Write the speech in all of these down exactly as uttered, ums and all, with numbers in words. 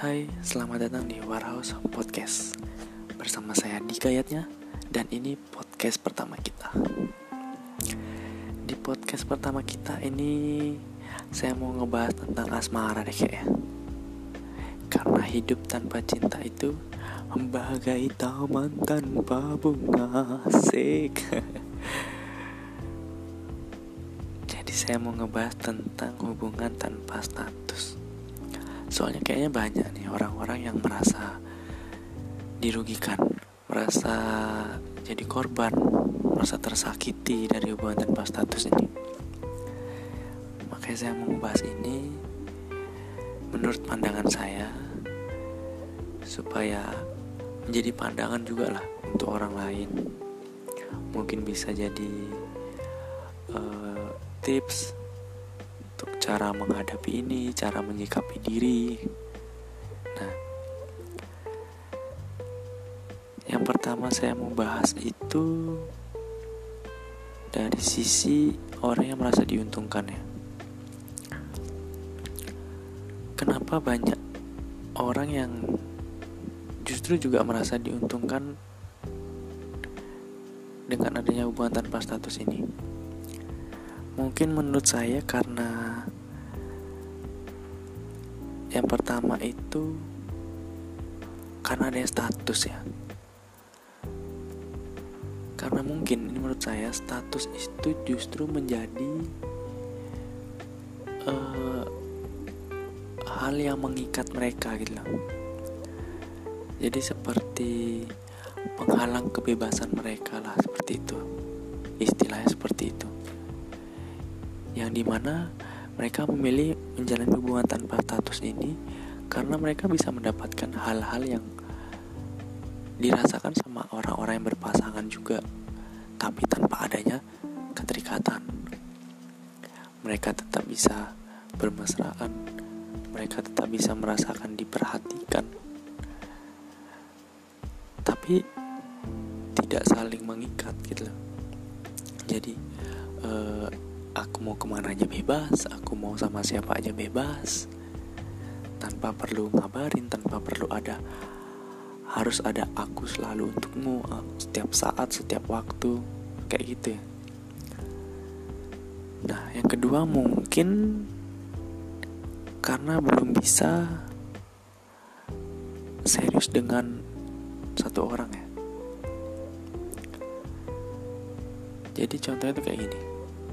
Hai, selamat datang di Warehouse Podcast. Bersama saya Dika Yatnya, dan ini podcast pertama kita. Di podcast pertama kita ini saya mau ngebahas tentang asmara deh kayaknya. Karena hidup tanpa cinta itu bagai taman tanpa bunga. Asik. Jadi saya mau ngebahas tentang hubungan tanpa status. Soalnya kayaknya banyak nih orang-orang yang merasa dirugikan, merasa jadi korban, merasa tersakiti dari hubungan tanpa status ini. Makanya saya mau membahas ini menurut pandangan saya, supaya menjadi pandangan juga lah untuk orang lain. Mungkin bisa jadi uh, tips untuk cara menghadapi ini, cara menyikapi diri. Nah, yang pertama saya mau bahas itu dari sisi orang yang merasa diuntungkan ya. Kenapa banyak orang yang justru juga merasa diuntungkan dengan adanya hubungan tanpa status ini? Mungkin menurut saya karena yang pertama itu karena ada status ya. Karena mungkin ini menurut saya status itu justru menjadi uh, hal yang mengikat mereka gitu loh. Jadi seperti penghalang kebebasan mereka lah, seperti itu. Istilahnya seperti itu. Yang dimana mereka memilih menjalani hubungan tanpa status ini karena mereka bisa mendapatkan hal-hal yang dirasakan sama orang-orang yang berpasangan juga, tapi tanpa adanya keterikatan. Mereka tetap bisa bermesraan, mereka tetap bisa merasakan diperhatikan, tapi tidak saling mengikat gitu loh. Jadi eh, aku mau kemana aja bebas, aku mau sama siapa aja bebas, tanpa perlu ngabarin, tanpa perlu ada harus ada aku selalu untukmu setiap saat, setiap waktu, kayak gitu ya. Nah, yang kedua mungkin karena belum bisa serius dengan satu orang ya. Jadi contohnya tuh kayak gini.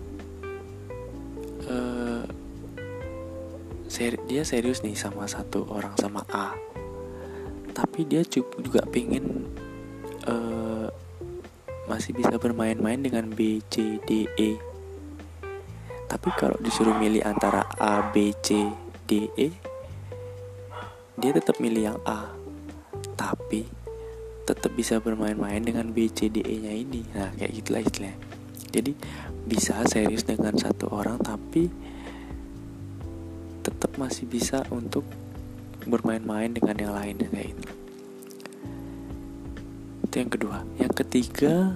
Uh, seri- dia serius nih sama satu orang, sama A, tapi dia juga pengen uh, masih bisa bermain-main dengan B, C, D, E. Tapi kalau disuruh milih antara A, B, C, D, E, dia tetap milih yang A, tapi tetap bisa bermain-main dengan B, C, D, E nya ini. Nah, kayak gitulah istilahnya. Jadi bisa serius dengan satu orang tapi tetap masih bisa untuk bermain-main dengan yang lain, kayak gitu. Itu yang kedua. Yang ketiga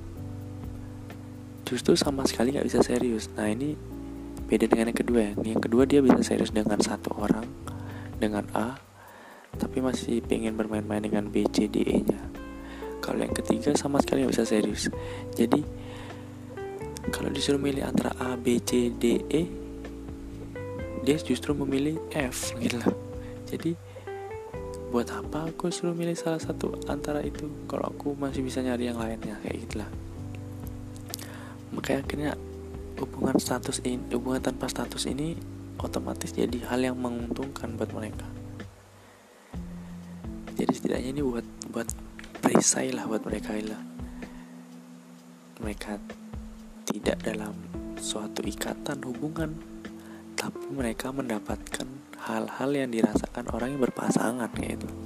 justru sama sekali gak bisa serius. Nah, ini beda dengan yang kedua ya. Yang kedua dia bisa serius dengan satu orang, dengan A, tapi masih pengen bermain-main dengan B, C, D, E nya. Kalau yang ketiga sama sekali gak bisa serius. Jadi kalau disuruh milih antara A, B, C, D, E, dia justru memilih F gitu lah. Jadi buat apa aku suruh milih salah satu antara itu kalau aku masih bisa nyari yang lainnya, kayak gitulah. Makanya akhirnya hubungan status ini, hubungan tanpa status ini otomatis jadi hal yang menguntungkan buat mereka. Jadi setidaknya ini buat buat perisai lah buat mereka lah. Mereka tidak dalam suatu ikatan hubungan, tapi mereka mendapatkan hal-hal yang dirasakan orang yang berpasangan kayak itu.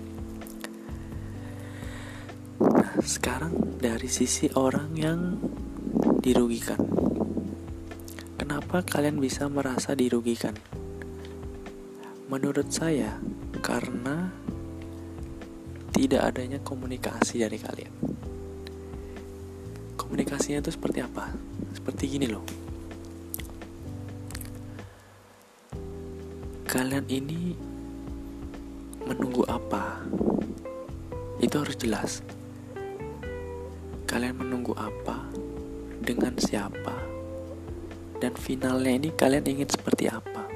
Nah, sekarang dari sisi orang yang dirugikan. Kenapa kalian bisa merasa dirugikan? Menurut saya karena tidak adanya komunikasi dari kalian. Komunikasinya itu seperti apa? Seperti gini loh. Kalian ini menunggu apa? Itu harus jelas. Kalian menunggu apa, dengan siapa, dan finalnya ini kalian ingin seperti apa.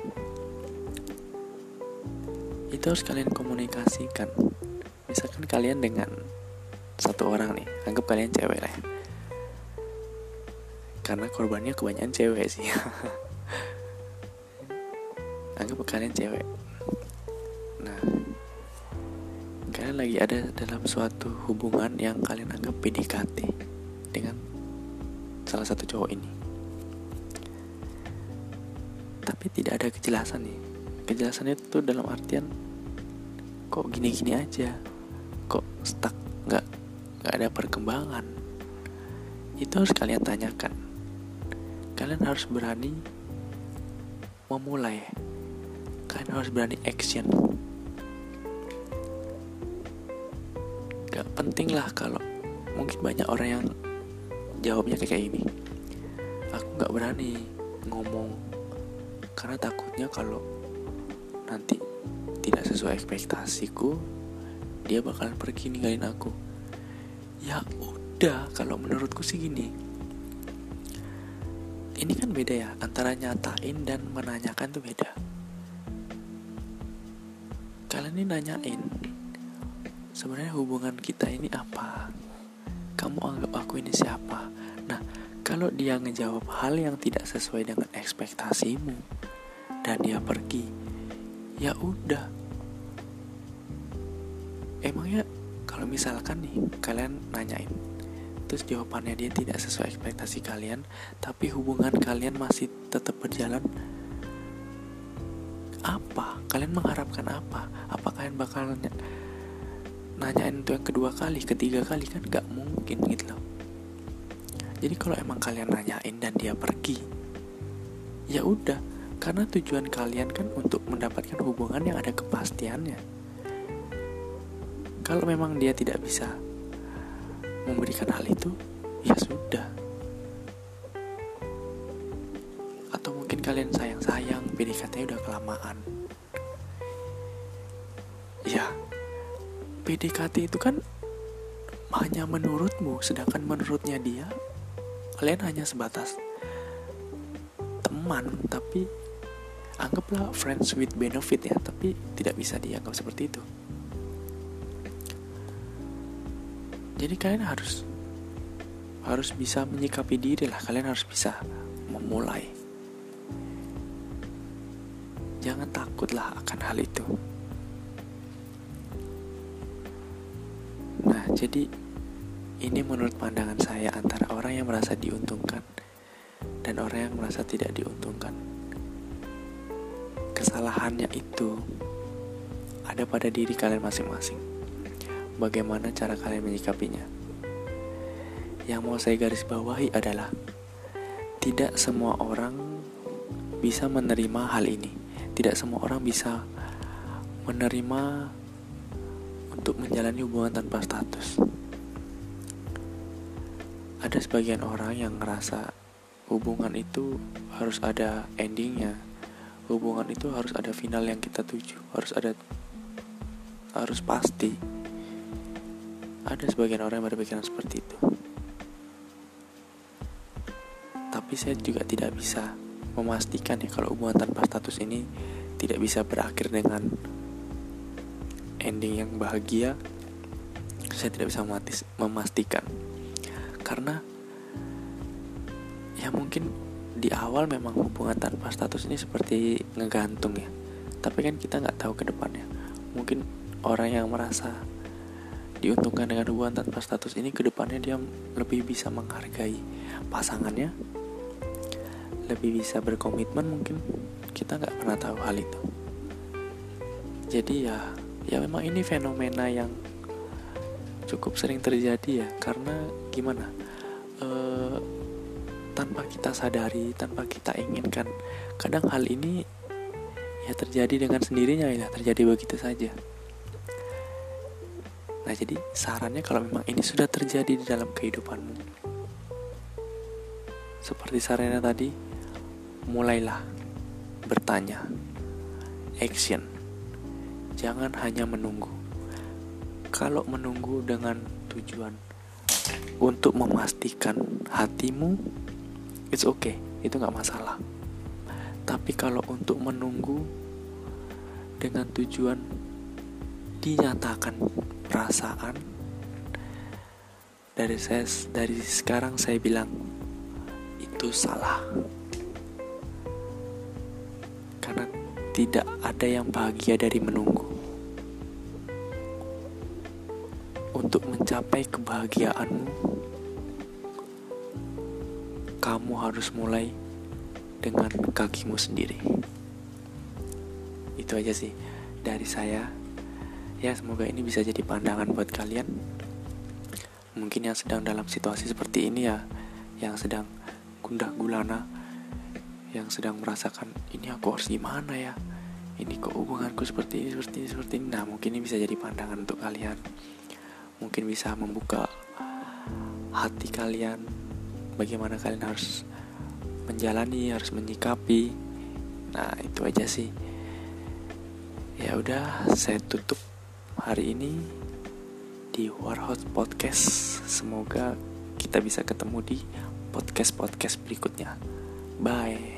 Itu harus kalian komunikasikan. Misalkan kalian dengan satu orang nih, anggap kalian cewek lah ya, karena korbannya kebanyakan cewek sih. Anggap kalian cewek. Nah, kalian lagi ada dalam suatu hubungan yang kalian anggap P D K T dengan salah satu cowok ini, tapi tidak ada kejelasan nih. Kejelasannya itu dalam artian kok gini-gini aja, kok stuck, nggak nggak ada perkembangan. Itu harus kalian tanyakan. Kalian harus berani memulai. Kalian harus berani action. Gak penting lah kalau mungkin banyak orang yang jawabnya kayak gini, aku gak berani ngomong karena takutnya kalau nanti tidak sesuai ekspektasiku, dia bakalan pergi ninggalin aku. Ya udah, kalau menurutku sih gini, ini kan beda ya, antara nyatain dan menanyakan tuh beda. Kalian ini nanyain, sebenarnya hubungan kita ini apa? Kamu anggap aku ini siapa? Nah, kalau dia ngejawab hal yang tidak sesuai dengan ekspektasimu dan dia pergi, ya udah. Emangnya kalau misalkan nih kalian nanyain, terus jawabannya dia tidak sesuai ekspektasi kalian, tapi hubungan kalian masih tetap berjalan, apa? Kalian mengharapkan apa? Apa kalian bakal nanyain itu yang kedua kali, ketiga kali? Kan gak mungkin gitu loh. Jadi kalau emang kalian nanyain dan dia pergi, ya udah, karena tujuan kalian kan untuk mendapatkan hubungan yang ada kepastiannya. Kalau memang dia tidak bisa memberikan hal itu, ya sudah. Atau mungkin kalian sayang-sayang, P D K T-nya udah kelamaan. Ya, P D K T itu kan hanya menurutmu, sedangkan menurutnya dia, kalian hanya sebatas teman, tapi anggaplah friends with benefit ya, tapi tidak bisa dianggap seperti itu. Jadi kalian harus harus bisa menyikapi diri lah, kalian harus bisa memulai. Jangan takutlah akan hal itu. Nah, jadi ini menurut pandangan saya antara orang yang merasa diuntungkan dan orang yang merasa tidak diuntungkan. Kesalahannya itu ada pada diri kalian masing-masing. Bagaimana cara kalian menyikapinya? Yang mau saya garis bawahi adalah tidak semua orang bisa menerima hal ini. Tidak semua orang bisa menerima untuk menjalani hubungan tanpa status. Ada sebagian orang yang ngerasa hubungan itu harus ada endingnya, hubungan itu harus ada final yang kita tuju, harus ada, harus pasti. Ada sebagian orang yang berpikiran seperti itu. Tapi saya juga tidak bisa memastikan ya kalau hubungan tanpa status ini tidak bisa berakhir dengan ending yang bahagia. Saya tidak bisa memastikan. Karena ya mungkin di awal memang hubungan tanpa status ini seperti ngegantung ya. Tapi kan kita gak tahu ke depannya. Mungkin orang yang merasa diuntungkan dengan hubungan tanpa status ini, ke depannya dia lebih bisa menghargai pasangannya, lebih bisa berkomitmen, mungkin kita gak pernah tahu hal itu. Jadi ya ya memang ini fenomena yang cukup sering terjadi ya. Karena gimana, e, tanpa kita sadari, tanpa kita inginkan, kadang hal ini ya terjadi dengan sendirinya, ya terjadi begitu saja. Nah, jadi sarannya kalau memang ini sudah terjadi di dalam kehidupanmu, seperti sarannya tadi, mulailah bertanya, action. jangan hanya menunggu. Kalau menunggu dengan tujuan untuk memastikan hatimu, it's okay, itu gak masalah. Tapi kalau untuk menunggu dengan tujuan dinyatakan perasaan, dari saya dari sekarang saya bilang itu salah. Karena tidak ada yang bahagia dari menunggu. Untuk mencapai kebahagiaanmu, kamu harus mulai dengan kakimu sendiri. Itu aja sih dari saya. Ya, semoga ini bisa jadi pandangan buat kalian. Mungkin yang sedang dalam situasi seperti ini ya, yang sedang gundah gulana, yang sedang merasakan ini aku harus gimana ya, ini kok hubunganku seperti ini, seperti ini, seperti ini. Nah, mungkin ini bisa jadi pandangan untuk kalian. Mungkin bisa membuka hati kalian, bagaimana kalian harus menjalani, harus menyikapi. Nah, itu aja sih. Ya udah, saya tutup hari ini di Warhot Podcast. Semoga kita bisa ketemu di podcast-podcast berikutnya. Bye.